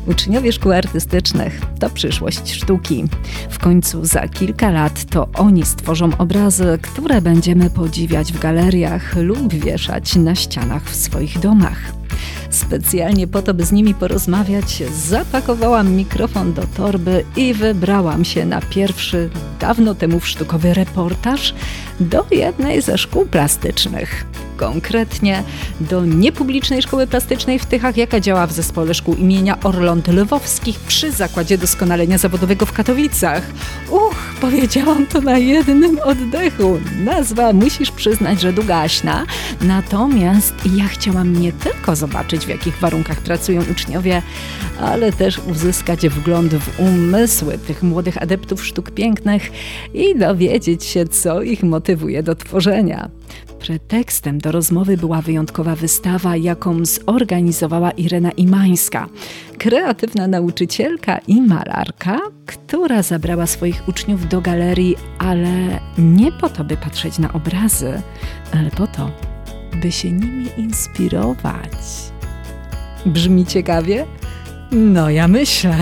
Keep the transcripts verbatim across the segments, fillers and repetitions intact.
Uczniowie szkół artystycznych to przyszłość sztuki. W końcu za kilka lat to oni stworzą obrazy, które będziemy podziwiać w galeriach lub wieszać na ścianach w swoich domach. Specjalnie po to, by z nimi porozmawiać, zapakowałam mikrofon do torby i wybrałam się na pierwszy, dawno temu sztukowy reportaż do jednej ze szkół plastycznych. Konkretnie do niepublicznej szkoły plastycznej w Tychach, jaka działa w zespole szkół imienia Orląt Lwowskich przy Zakładzie Doskonalenia Zawodowego w Katowicach. Uch, powiedziałam to na jednym oddechu. Nazwa, musisz przyznać, że długaśna. Natomiast ja chciałam nie tylko zobaczyć, w jakich warunkach pracują uczniowie, ale też uzyskać wgląd w umysły tych młodych adeptów sztuk pięknych i dowiedzieć się, co ich motywuje do tworzenia. Pretekstem do rozmowy była wyjątkowa wystawa, jaką zorganizowała Irena Imańska, kreatywna nauczycielka i malarka, która zabrała swoich uczniów do galerii, ale nie po to, by patrzeć na obrazy, ale po to, by się nimi inspirować. Brzmi ciekawie? No ja myślę.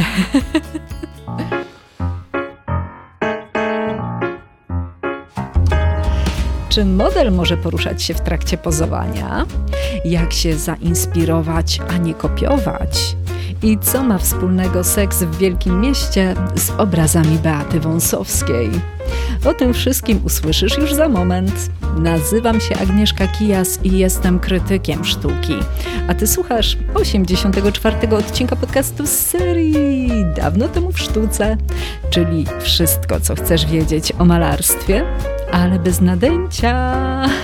Czy model może poruszać się w trakcie pozowania? Jak się zainspirować, a nie kopiować? I co ma wspólnego seks w Wielkim Mieście z obrazami Beaty Wąsowskiej? O tym wszystkim usłyszysz już za moment. Nazywam się Agnieszka Kijas i jestem krytykiem sztuki. A ty słuchasz osiemdziesiątego czwartego odcinka podcastu z serii Dawno temu w sztuce, czyli wszystko, co chcesz wiedzieć o malarstwie, ale bez nadęcia.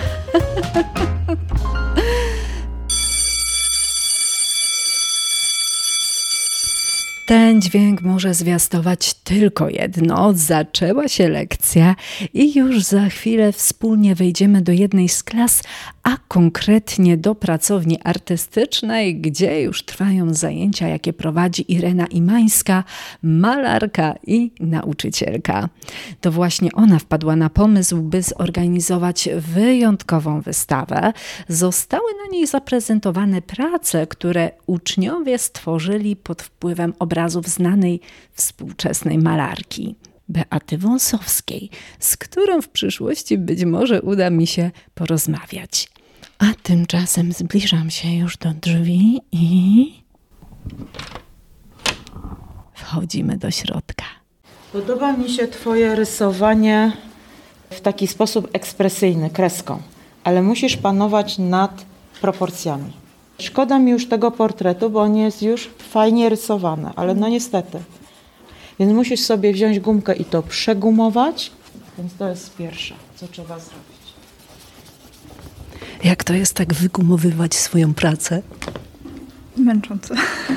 Ten dźwięk może zwiastować tylko jedno. Zaczęła się lekcja i już za chwilę wspólnie wejdziemy do jednej z klas, a konkretnie do pracowni artystycznej, gdzie już trwają zajęcia, jakie prowadzi Irena Imańska, malarka i nauczycielka. To właśnie ona wpadła na pomysł, by zorganizować wyjątkową wystawę. Zostały na niej zaprezentowane prace, które uczniowie stworzyli pod wpływem obrazów znanej współczesnej malarki Beaty Wąsowskiej, z którą w przyszłości być może uda mi się porozmawiać. A tymczasem zbliżam się już do drzwi i wchodzimy do środka. Podoba mi się twoje rysowanie w taki sposób ekspresyjny, kreską, ale musisz panować nad proporcjami. Szkoda mi już tego portretu, bo on jest już fajnie rysowany, ale no niestety. Więc musisz sobie wziąć gumkę i to przegumować, więc to jest pierwsze, co trzeba zrobić. Jak to jest tak wygumowywać swoją pracę? Męczące.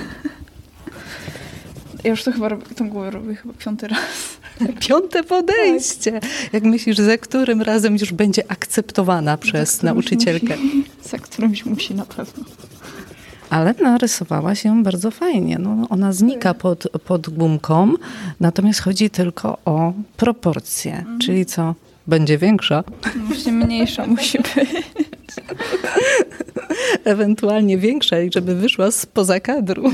Ja już to chyba robię, tą głowę robię chyba piąty raz. Piąte podejście. Tak. Jak myślisz, za którym razem już będzie akceptowana przez nauczycielkę? Musi, za którymś musi na pewno. Ale narysowałaś ją bardzo fajnie. No, ona znika pod, pod gumką, natomiast chodzi tylko o proporcje. Mm. Czyli co? Będzie większa? Właśnie mniejsza musi być. Ewentualnie większa, żeby wyszła spoza kadru.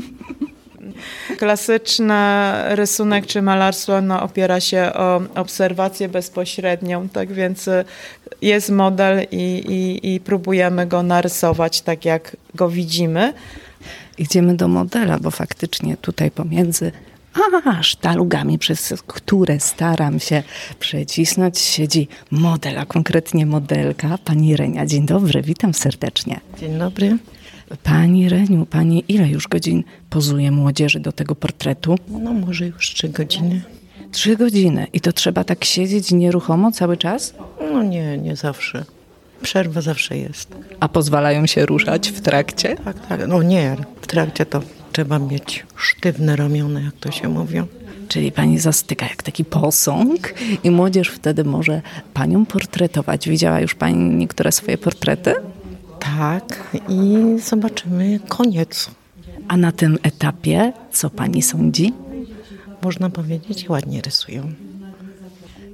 Klasyczny rysunek czy malarstwo no, opiera się o obserwację bezpośrednią, tak więc jest model i, i, i próbujemy go narysować tak, jak go widzimy. Idziemy do modela, bo faktycznie tutaj pomiędzy a, sztalugami, przez które staram się przecisnąć, siedzi model, a konkretnie modelka, pani Renia. Dzień dobry, witam serdecznie. Dzień dobry. Pani Reniu, pani ile już godzin pozuje młodzieży do tego portretu? No może już trzy godziny. Trzy godziny. I to trzeba tak siedzieć nieruchomo cały czas? No nie, nie zawsze. Przerwa zawsze jest. A pozwalają się ruszać w trakcie? Tak, tak. No nie, w trakcie to trzeba mieć sztywne ramiona, jak to się mówi. Czyli pani zastyka jak taki posąg i młodzież wtedy może panią portretować. Widziała już pani niektóre swoje portrety? Tak i zobaczymy koniec. A na tym etapie co pani sądzi? Można powiedzieć, ładnie rysują.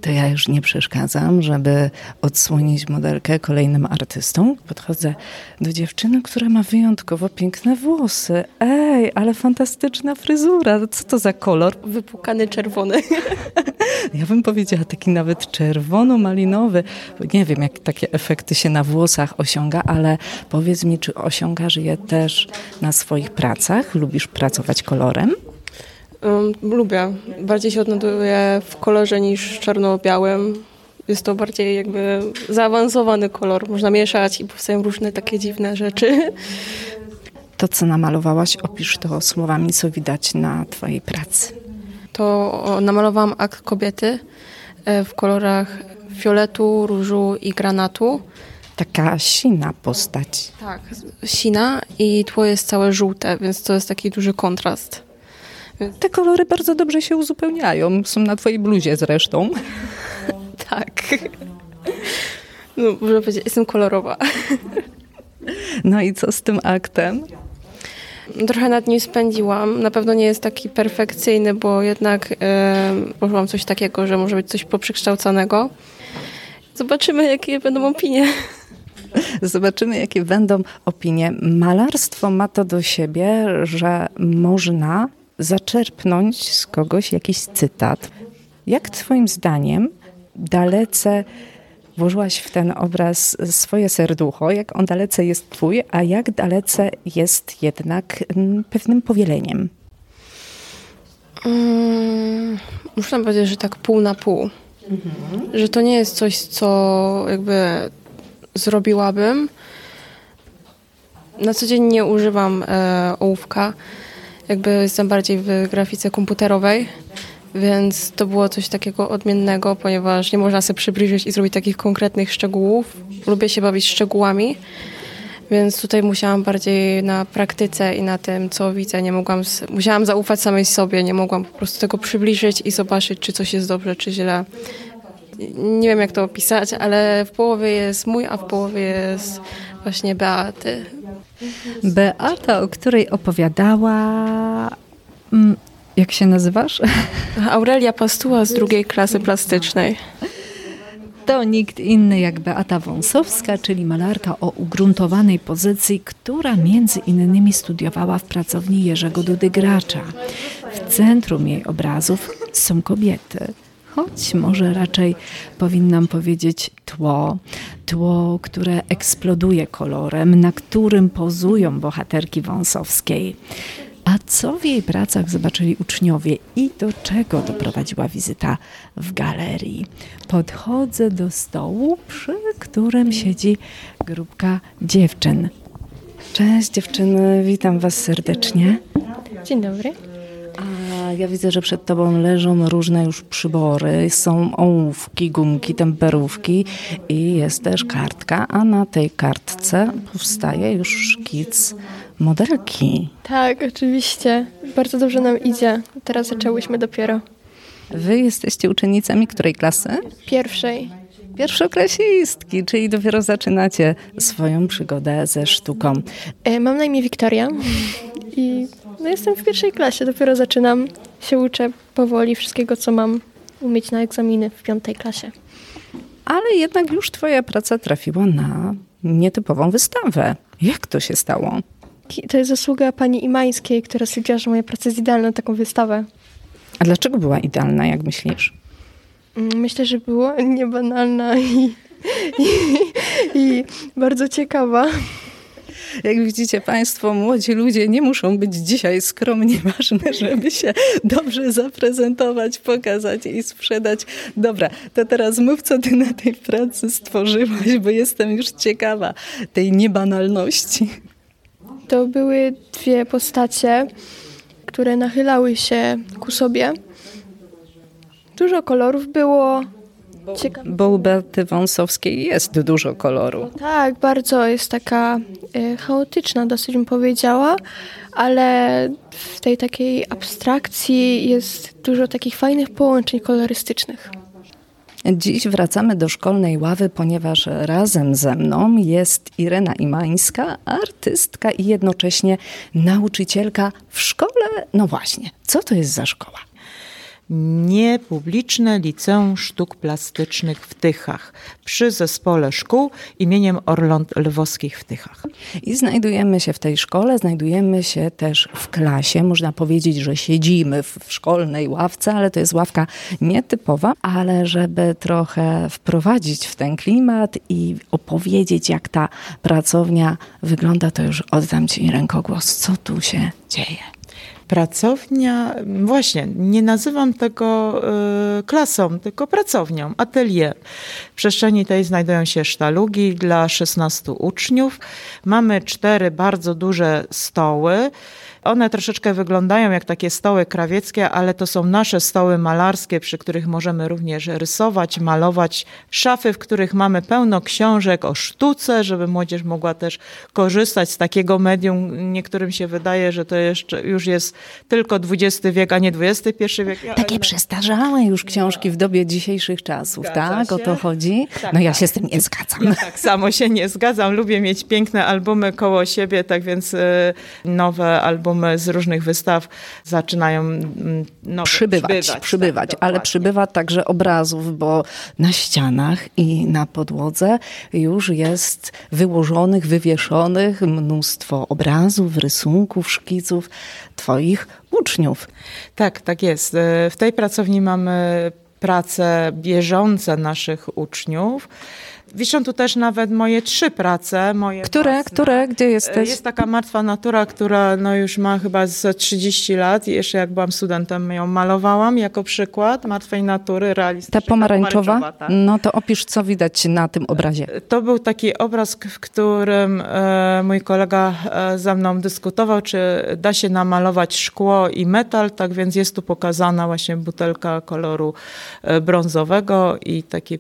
To ja już nie przeszkadzam, żeby odsłonić modelkę kolejnym artystą. Podchodzę do dziewczyny, która ma wyjątkowo piękne włosy. Ej, ale fantastyczna fryzura. Co to za kolor? Wypłukany czerwony. Ja bym powiedziała taki nawet czerwono-malinowy. Nie wiem, jak takie efekty się na włosach osiąga, ale powiedz mi, czy osiągasz je też na swoich pracach? Lubisz pracować kolorem? Um, lubię. Bardziej się odnajduję w kolorze niż czarno-białym. Jest to bardziej jakby zaawansowany kolor. Można mieszać i powstają różne takie dziwne rzeczy. To, co namalowałaś, opisz to słowami, co widać na twojej pracy. To namalowałam akt kobiety w kolorach fioletu, różu i granatu. Taka sina postać. Tak, sina i tło jest całe żółte, więc to jest taki duży kontrast. Te kolory bardzo dobrze się uzupełniają. Są na twojej bluzie zresztą. Tak. No, można powiedzieć, jestem kolorowa. No i co z tym aktem? Trochę nad nim spędziłam. Na pewno nie jest taki perfekcyjny, bo jednak e, poczułam coś takiego, że może być coś poprzekształconego. Zobaczymy, jakie będą opinie. Zobaczymy, jakie będą opinie. Malarstwo ma to do siebie, że można zaczerpnąć z kogoś jakiś cytat. Jak twoim zdaniem dalece włożyłaś w ten obraz swoje serducho, jak on dalece jest twój, a jak dalece jest jednak pewnym powieleniem? Hmm, muszę powiedzieć, że tak pół na pół. Mhm. Że to nie jest coś, co jakby zrobiłabym. Na co dzień nie używam e, ołówka. Jakby jestem bardziej w grafice komputerowej, więc to było coś takiego odmiennego, ponieważ nie można sobie przybliżyć i zrobić takich konkretnych szczegółów. Lubię się bawić szczegółami, więc tutaj musiałam bardziej na praktyce i na tym, co widzę. Nie mogłam, musiałam zaufać samej sobie, nie mogłam po prostu tego przybliżyć i zobaczyć, czy coś jest dobrze, czy źle. Nie wiem, jak to opisać, ale w połowie jest mój, a w połowie jest właśnie Beaty. Beata, o której opowiadała... Jak się nazywasz? Aurelia Pastuła z drugiej klasy plastycznej. To nikt inny jak Beata Wąsowska, czyli malarka o ugruntowanej pozycji, która między innymi studiowała w pracowni Jerzego Dudy Gracza. W centrum jej obrazów są kobiety. Choć może raczej powinnam powiedzieć tło. Tło, które eksploduje kolorem, na którym pozują bohaterki Wąsowskiej. A co w jej pracach zobaczyli uczniowie i do czego doprowadziła wizyta w galerii? Podchodzę do stołu, przy którym siedzi grupka dziewczyn. Cześć dziewczyny, witam was serdecznie. Dzień dobry. A ja widzę, że przed tobą leżą różne już przybory, są ołówki, gumki, temperówki i jest też kartka, a na tej kartce powstaje już szkic modelki. Tak, oczywiście. Bardzo dobrze nam idzie. Teraz zaczęłyśmy dopiero. Wy jesteście uczennicami której klasy? Pierwszej. Pierwszoklasistki, czyli dopiero zaczynacie swoją przygodę ze sztuką. E, mam na imię Wiktoria i no, jestem w pierwszej klasie. Dopiero zaczynam się uczę powoli wszystkiego, co mam umieć na egzaminy w piątej klasie. Ale jednak już twoja praca trafiła na nietypową wystawę. Jak to się stało? To jest zasługa pani Imańskiej, która stwierdziła, że moja praca jest idealna na taką wystawę. A dlaczego była idealna, jak myślisz? Myślę, że była niebanalna i, i, i bardzo ciekawa. Jak widzicie państwo, młodzi ludzie nie muszą być dzisiaj skromnie, ważne, żeby się dobrze zaprezentować, pokazać i sprzedać. Dobra, to teraz mów, co ty na tej pracy stworzyłaś, bo jestem już ciekawa tej niebanalności. To były dwie postacie, które nachylały się ku sobie. Dużo kolorów było. Ciekawe. Bo u Beaty Wąsowskiej jest dużo koloru. Tak, bardzo jest taka y, chaotyczna, dosyć bym powiedziała, ale w tej takiej abstrakcji jest dużo takich fajnych połączeń kolorystycznych. Dziś wracamy do szkolnej ławy, ponieważ razem ze mną jest Irena Imańska, artystka i jednocześnie nauczycielka w szkole. No właśnie, co to jest za szkoła? Niepubliczne Liceum Sztuk Plastycznych w Tychach przy Zespole Szkół imieniem Orląt Lwowskich w Tychach. I znajdujemy się w tej szkole, znajdujemy się też w klasie. Można powiedzieć, że siedzimy w szkolnej ławce, ale to jest ławka nietypowa, ale żeby trochę wprowadzić w ten klimat i opowiedzieć, jak ta pracownia wygląda, to już oddam Ci rękogłos. Co tu się dzieje? Pracownia, właśnie, nie nazywam tego y, klasą, tylko pracownią, atelier. W przestrzeni tej znajdują się sztalugi dla szesnastu uczniów. Mamy cztery bardzo duże stoły. One troszeczkę wyglądają jak takie stoły krawieckie, ale to są nasze stoły malarskie, przy których możemy również rysować, malować. Szafy, w których mamy pełno książek o sztuce, żeby młodzież mogła też korzystać z takiego medium. Niektórym się wydaje, że to jeszcze już jest tylko dwudziesty wiek, a nie dwudziesty pierwszy wiek. Ja, Takie ale... przestarzałe już książki w dobie dzisiejszych czasów, Zgadza tak? się? O to chodzi? Tak, no ja tak. się z tym nie zgadzam. Ja tak samo się nie zgadzam. Lubię mieć piękne albumy koło siebie, tak więc y, nowe albumy z różnych wystaw zaczynają no, przybywać, przybywać, przybywać tak, ale dokładnie. przybywa także obrazów, bo na ścianach i na podłodze już jest wyłożonych, wywieszonych mnóstwo obrazów, rysunków, szkiców Twoich uczniów. Tak, tak jest. W tej pracowni mamy prace bieżące naszych uczniów. Wiszą tu też nawet moje trzy prace. Moje Które, własne. które, gdzie jesteś? Jest taka Martwa natura, która no już ma chyba z trzydzieści lat. I jeszcze jak byłam studentem ją malowałam jako przykład martwej natury, realistycznej. Ta pomarańczowa? pomarańczowa tak. No to opisz, co widać na tym obrazie. To był taki obraz, w którym e, mój kolega e, ze mną dyskutował, czy da się namalować szkło i metal, tak więc jest tu pokazana właśnie butelka koloru e, brązowego i takie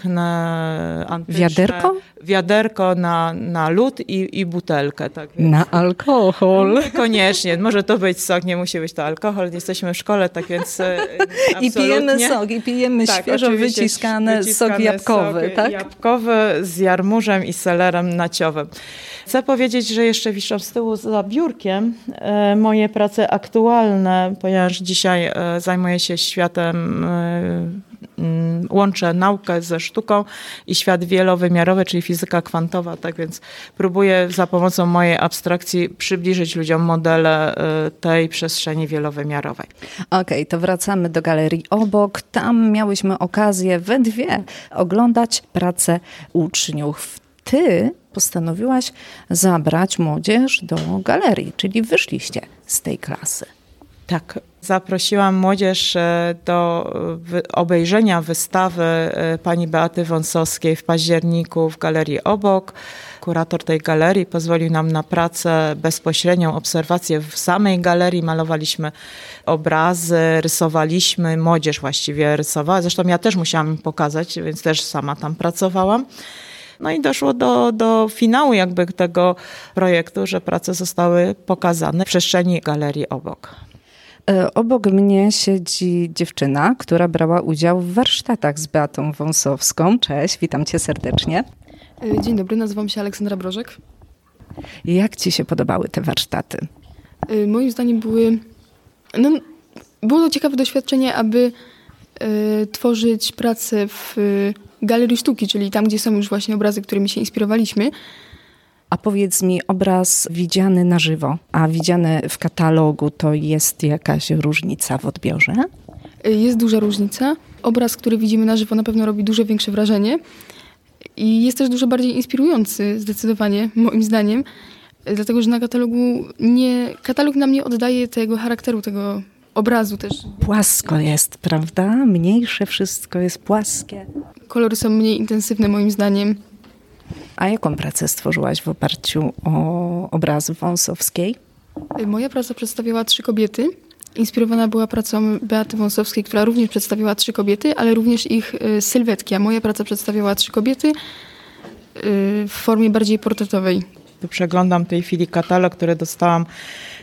piękne antyczne Wiaderko? Wiaderko na, na lód i, i butelkę. Tak więc. Na alkohol. Koniecznie, może to być sok, nie musi być to alkohol. Jesteśmy w szkole, tak więc e, I pijemy absolutnie. sok, i pijemy Tak, świeżo oczywiście wyciskany, wyciskany sok jabłkowy, sok tak? jabłkowy z jarmużem i selerem naciowym. Chcę powiedzieć, że jeszcze wiszą z tyłu za biurkiem e, moje prace aktualne, ponieważ dzisiaj e, zajmuję się światem, e, łączę naukę ze sztuką i świat wielowymiarowy, czyli fizyka kwantowa, tak więc próbuję za pomocą mojej abstrakcji przybliżyć ludziom modele e, tej przestrzeni wielowymiarowej. Okej, okay, to wracamy do galerii obok. Tam miałyśmy okazję we dwie oglądać pracę uczniów. Ty postanowiłaś zabrać młodzież do galerii, czyli wyszliście z tej klasy. Tak, zaprosiłam młodzież do obejrzenia wystawy pani Beaty Wąsowskiej w październiku w galerii obok. Kurator tej galerii pozwolił nam na pracę, bezpośrednią obserwację w samej galerii. Malowaliśmy obrazy, rysowaliśmy, młodzież właściwie rysowała. Zresztą ja też musiałam im pokazać, więc też sama tam pracowałam. No i doszło do, do finału jakby tego projektu, że prace zostały pokazane w przestrzeni galerii obok. Obok mnie siedzi dziewczyna, która brała udział w warsztatach z Beatą Wąsowską. Cześć, witam cię serdecznie. Dzień dobry, nazywam się Aleksandra Brożek. Jak ci się podobały te warsztaty? Moim zdaniem były... No, było to ciekawe doświadczenie, aby y, tworzyć pracę w y, galerii sztuki, czyli tam, gdzie są już właśnie obrazy, którymi się inspirowaliśmy. A powiedz mi, obraz widziany na żywo, a widziany w katalogu, to jest jakaś różnica w odbiorze? Jest duża różnica. Obraz, który widzimy na żywo, na pewno robi dużo większe wrażenie i jest też dużo bardziej inspirujący, zdecydowanie, moim zdaniem. Dlatego, że na katalogu nie, katalog nam nie oddaje tego charakteru, tego obrazu też. Płasko jest, prawda? Mniejsze wszystko jest płaskie. Kolory są mniej intensywne, moim zdaniem. A jaką pracę stworzyłaś w oparciu o obrazy Wąsowskiej? Moja praca przedstawiała trzy kobiety. Inspirowana była pracą Beaty Wąsowskiej, która również przedstawiała trzy kobiety, ale również ich sylwetki. A moja praca przedstawiała trzy kobiety w formie bardziej portretowej. Tu przeglądam w tej chwili katalog, który dostałam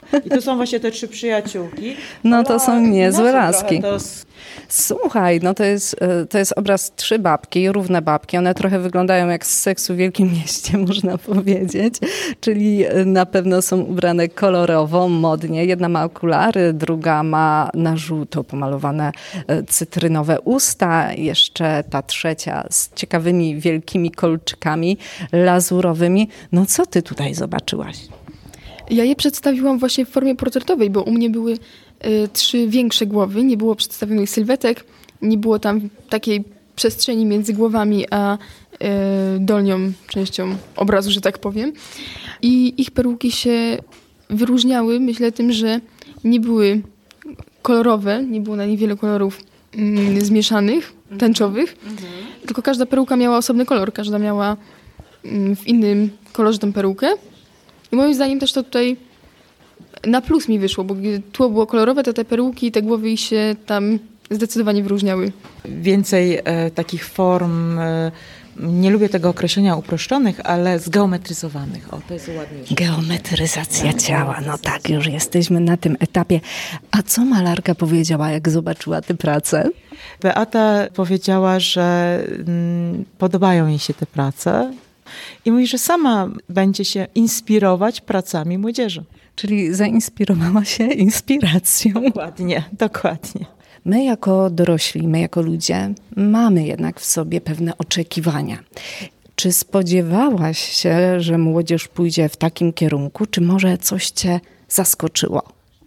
I to są właśnie te trzy przyjaciółki. No to są niezłe laski. To... Słuchaj, no to jest, to jest obraz trzy babki, równe babki. One trochę wyglądają jak z Seksu w Wielkim Mieście, można powiedzieć. Czyli na pewno są ubrane kolorowo, modnie. Jedna ma okulary, druga ma na żółto pomalowane cytrynowe usta. Jeszcze ta trzecia z ciekawymi wielkimi kolczykami lazurowymi. No co ty tutaj zobaczyłaś? Ja je przedstawiłam właśnie w formie portretowej, bo u mnie były y, trzy większe głowy, nie było przedstawionych sylwetek, nie było tam takiej przestrzeni między głowami a y, dolnią częścią obrazu, że tak powiem. I ich peruki się wyróżniały, myślę, tym, że nie były kolorowe, nie było na nich wiele kolorów y, zmieszanych, tęczowych, mm-hmm. tylko każda peruka miała osobny kolor, każda miała y, w innym kolorze tę perukę. I moim zdaniem też to tutaj na plus mi wyszło, bo gdy tło było kolorowe, to te peruki i te głowy ich się tam zdecydowanie wyróżniały. Więcej e, takich form, e, nie lubię tego określenia uproszczonych, ale zgeometryzowanych. O, to jest ładniejsze. Geometryzacja ciała, no tak, już jesteśmy na tym etapie. A co malarka powiedziała, jak zobaczyła tę pracę? Beata powiedziała, że mm, podobają jej się te prace. I mówi, że sama będzie się inspirować pracami młodzieży. Czyli zainspirowała się inspiracją. Dokładnie, dokładnie. My jako dorośli, my jako ludzie mamy jednak w sobie pewne oczekiwania. Czy spodziewałaś się, że młodzież pójdzie w takim kierunku, czy może coś cię zaskoczyło?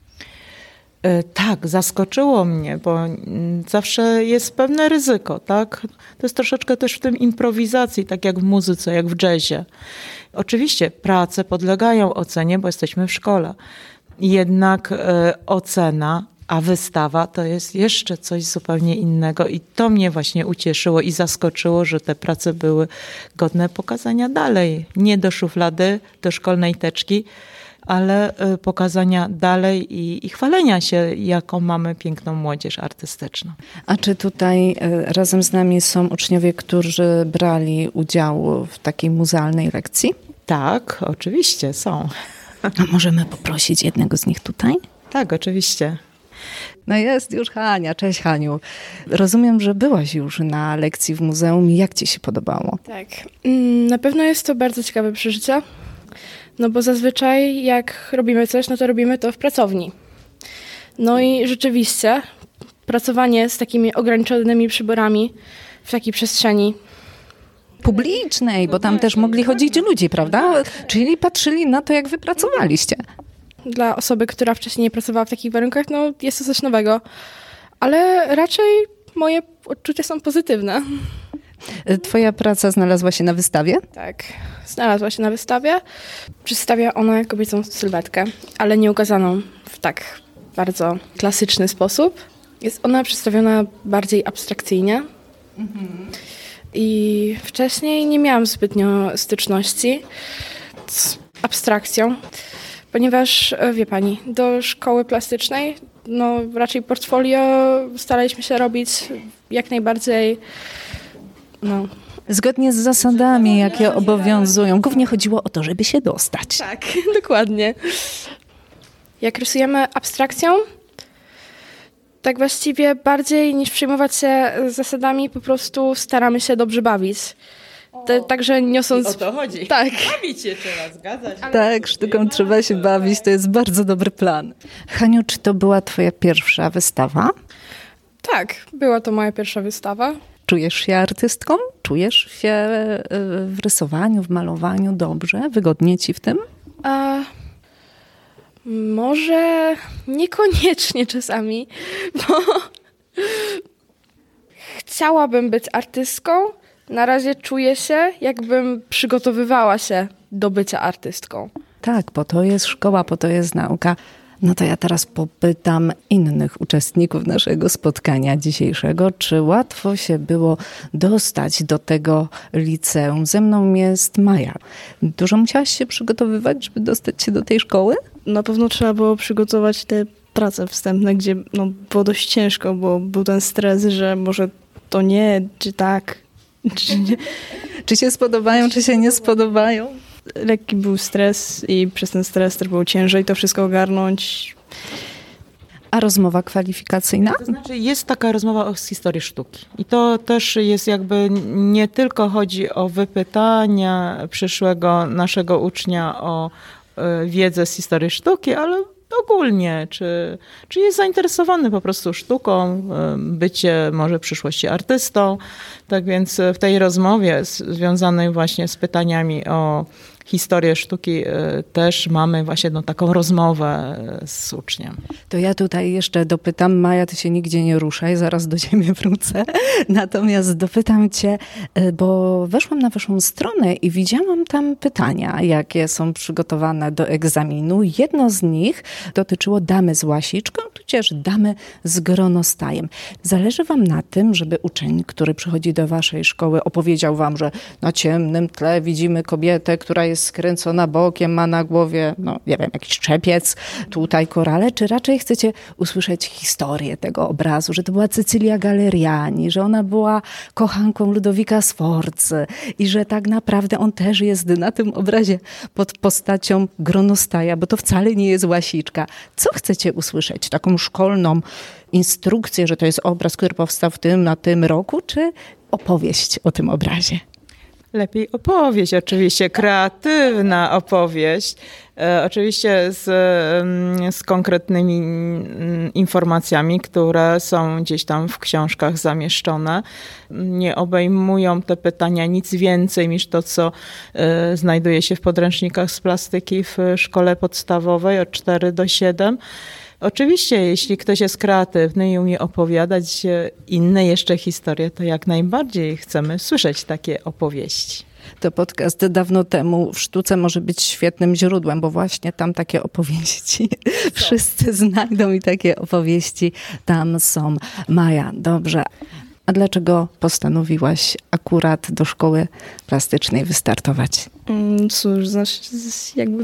Tak, zaskoczyło mnie, bo zawsze jest pewne ryzyko, tak? To jest troszeczkę też w tym improwizacji, tak jak w muzyce, jak w jazzie. Oczywiście prace podlegają ocenie, bo jesteśmy w szkole. Jednak e, ocena, a wystawa to jest jeszcze coś zupełnie innego i to mnie właśnie ucieszyło i zaskoczyło, że te prace były godne pokazania dalej. Nie do szuflady, do szkolnej teczki, ale pokazania dalej i, i chwalenia się, jaką mamy piękną młodzież artystyczną. A czy tutaj razem z nami są uczniowie, którzy brali udział w takiej muzealnej lekcji? Tak, oczywiście są. A możemy poprosić jednego z nich tutaj? Tak, oczywiście. No jest już Hania. Cześć Haniu. Rozumiem, że byłaś już na lekcji w muzeum. Jak ci się podobało? Tak. Na pewno jest to bardzo ciekawe przeżycie. No bo zazwyczaj jak robimy coś, no to robimy to w pracowni. No i rzeczywiście pracowanie z takimi ograniczonymi przyborami w takiej przestrzeni publicznej, bo tam też mogli chodzić ludzie, prawda? Czyli patrzyli na to, jak wy pracowaliście. Dla osoby, która wcześniej nie pracowała w takich warunkach, no jest to coś nowego. Ale raczej moje odczucia są pozytywne. Twoja praca znalazła się na wystawie? Tak, znalazła się na wystawie. Przedstawia ona kobiecą sylwetkę, ale nie ukazaną w tak bardzo klasyczny sposób. Jest ona przedstawiona bardziej abstrakcyjnie. Mhm. I wcześniej nie miałam zbytnio styczności z abstrakcją, ponieważ, wie pani, do szkoły plastycznej no raczej portfolio staraliśmy się robić jak najbardziej no. Zgodnie z zasadami, jakie obowiązują. Głównie chodziło o to, żeby się dostać. Tak, dokładnie. Jak rysujemy abstrakcją, tak właściwie bardziej niż przejmować się zasadami, po prostu staramy się dobrze bawić. Te, także niosąc... I o to chodzi. Tak. Bawić się trzeba, zgadzać. Tak, sztuką trzeba się bawić, to jest bardzo dobry plan. Haniu, czy to była twoja pierwsza wystawa? Tak, była to moja pierwsza wystawa. Czujesz się artystką? Czujesz się w rysowaniu, w malowaniu dobrze? Wygodnie ci w tym? A, może niekoniecznie czasami, bo chciałabym być artystką. Na razie czuję się, jakbym przygotowywała się do bycia artystką. Tak, po to jest szkoła, po to jest nauka. No to ja teraz popytam innych uczestników naszego spotkania dzisiejszego, czy łatwo się było dostać do tego liceum. Ze mną jest Maja. Dużo musiałaś się przygotowywać, żeby dostać się do tej szkoły? Na pewno trzeba było przygotować te prace wstępne, gdzie no, było dość ciężko, bo był ten stres, że może to nie, czy tak, czy nie. Czy się spodobają, czy się nie spodobają? Lekki był stres i przez ten stres też było ciężej to wszystko ogarnąć. A rozmowa kwalifikacyjna? To znaczy jest taka rozmowa o historii sztuki. I to też jest jakby nie tylko chodzi o wypytania przyszłego naszego ucznia o y, wiedzę z historii sztuki, ale ogólnie, czy, czy jest zainteresowany po prostu sztuką, bycie może w przyszłości artystą. Tak więc w tej rozmowie związanej właśnie z pytaniami o historię sztuki też mamy właśnie no, taką rozmowę z uczniem. To ja tutaj jeszcze dopytam, Maja, ty się nigdzie nie ruszaj, zaraz do ciebie wrócę. Natomiast dopytam cię, bo weszłam na waszą stronę i widziałam tam pytania, jakie są przygotowane do egzaminu. Jedno z nich dotyczyło damy z łasiczką, tudzież damy z gronostajem. Zależy wam na tym, żeby uczeń, który przychodzi do waszej szkoły, opowiedział wam, że na ciemnym tle widzimy kobietę, która jest skręcona bokiem, ma na głowie, no nie wiem, jakiś czepiec, tutaj korale, czy raczej chcecie usłyszeć historię tego obrazu, że to była Cecylia Galeriani, że ona była kochanką Ludowika Sforcy i że tak naprawdę on też jest na tym obrazie pod postacią gronostaja, bo to wcale nie jest łasiczka. Co chcecie usłyszeć? Taką szkolną instrukcję, że to jest obraz, który powstał w tym, na tym roku, czy opowieść o tym obrazie? Lepiej opowieść, oczywiście, kreatywna opowieść, e, oczywiście z, z konkretnymi informacjami, które są gdzieś tam w książkach zamieszczone. Nie obejmują te pytania nic więcej niż to, co e, znajduje się w podręcznikach z plastyki w szkole podstawowej od cztery do siedem. Oczywiście, jeśli ktoś jest kreatywny i umie opowiadać inne jeszcze historie, to jak najbardziej chcemy słyszeć takie opowieści. To podcast dawno temu w sztuce może być świetnym źródłem, bo właśnie tam takie opowieści wszyscy znajdą i takie opowieści tam są. Maja, dobrze. A dlaczego postanowiłaś akurat do szkoły plastycznej wystartować? Cóż, znaczy jakby...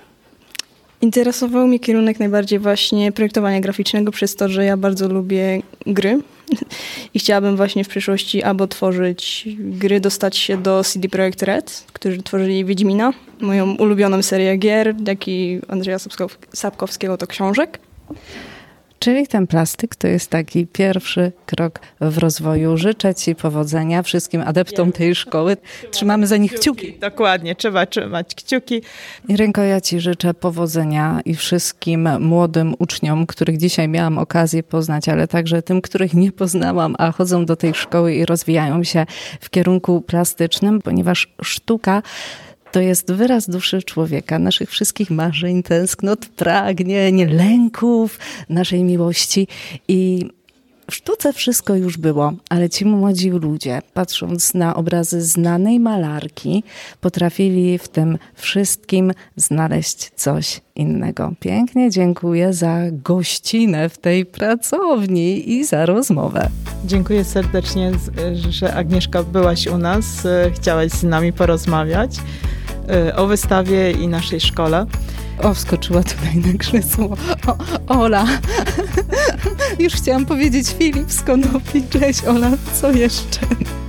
Interesował mnie kierunek najbardziej właśnie projektowania graficznego przez to, że ja bardzo lubię gry i chciałabym właśnie w przyszłości albo tworzyć gry, dostać się do C D Projekt Red, którzy tworzyli Wiedźmina, moją ulubioną serię gier, jak i Andrzeja Sapkowskiego to książek. Czyli ten plastyk to jest taki pierwszy krok w rozwoju. Życzę ci powodzenia wszystkim adeptom tej szkoły. Trzymamy za nich kciuki. Dokładnie, trzeba trzymać kciuki. I Ręko, ja ci życzę powodzenia i wszystkim młodym uczniom, których dzisiaj miałam okazję poznać, ale także tym, których nie poznałam, a chodzą do tej szkoły i rozwijają się w kierunku plastycznym, ponieważ sztuka to jest wyraz duszy człowieka, naszych wszystkich marzeń, tęsknot, pragnień, lęków, naszej miłości. I w sztuce wszystko już było, ale ci młodzi ludzie, patrząc na obrazy znanej malarki, potrafili w tym wszystkim znaleźć coś innego. Pięknie dziękuję za gościnę w tej pracowni i za rozmowę. Dziękuję serdecznie, że Agnieszka byłaś u nas, chciałaś z nami porozmawiać o wystawie i naszej szkole. O, wskoczyła tutaj na krzesło. O, Ola. Już chciałam powiedzieć Filip z Konopi. Cześć Ola, co jeszcze?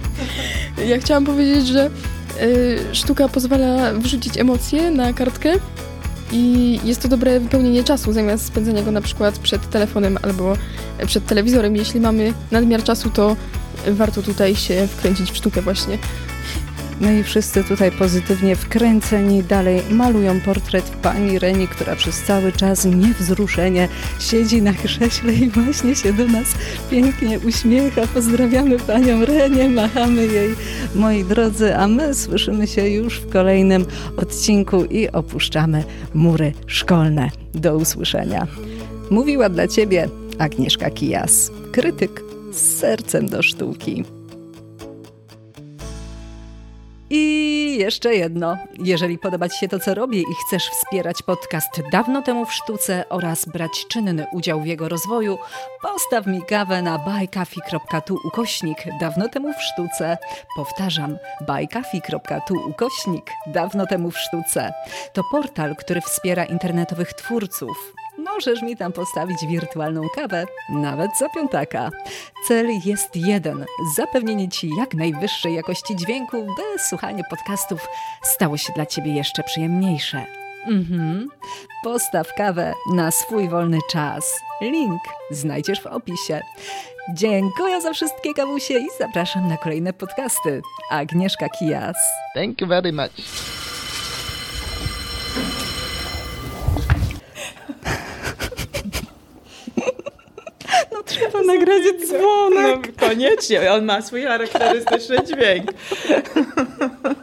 Ja chciałam powiedzieć, że y, sztuka pozwala wrzucić emocje na kartkę i jest to dobre wypełnienie czasu, zamiast spędzenia go na przykład przed telefonem albo przed telewizorem. Jeśli mamy nadmiar czasu, to warto tutaj się wkręcić w sztukę właśnie. No i wszyscy tutaj pozytywnie wkręceni dalej malują portret pani Reni, która przez cały czas niewzruszenie siedzi na krześle i właśnie się do nas pięknie uśmiecha. Pozdrawiamy panią Renię, machamy jej, moi drodzy, a my słyszymy się już w kolejnym odcinku i opuszczamy mury szkolne. Do usłyszenia. Mówiła dla ciebie Agnieszka Kijas, krytyk z sercem do sztuki. I jeszcze jedno. Jeżeli podoba Ci się to, co robię i chcesz wspierać podcast Dawno temu w sztuce oraz brać czynny udział w jego rozwoju, postaw mi kawę na buycoffee.tu ukośnik Dawno temu w sztuce. Powtarzam, buycoffee.tu ukośnik Dawno temu w sztuce. To portal, który wspiera internetowych twórców. No możesz mi tam postawić wirtualną kawę, nawet za piątaka. Cel jest jeden – zapewnienie Ci jak najwyższej jakości dźwięku, by słuchanie podcastów stało się dla Ciebie jeszcze przyjemniejsze. Mhm. Postaw kawę na swój wolny czas. Link znajdziesz w opisie. Dziękuję za wszystkie kawusie i zapraszam na kolejne podcasty. Agnieszka Kijas. Thank you very much. No trzeba nagrać dzwonek. No koniecznie, on ma swój charakterystyczny dźwięk.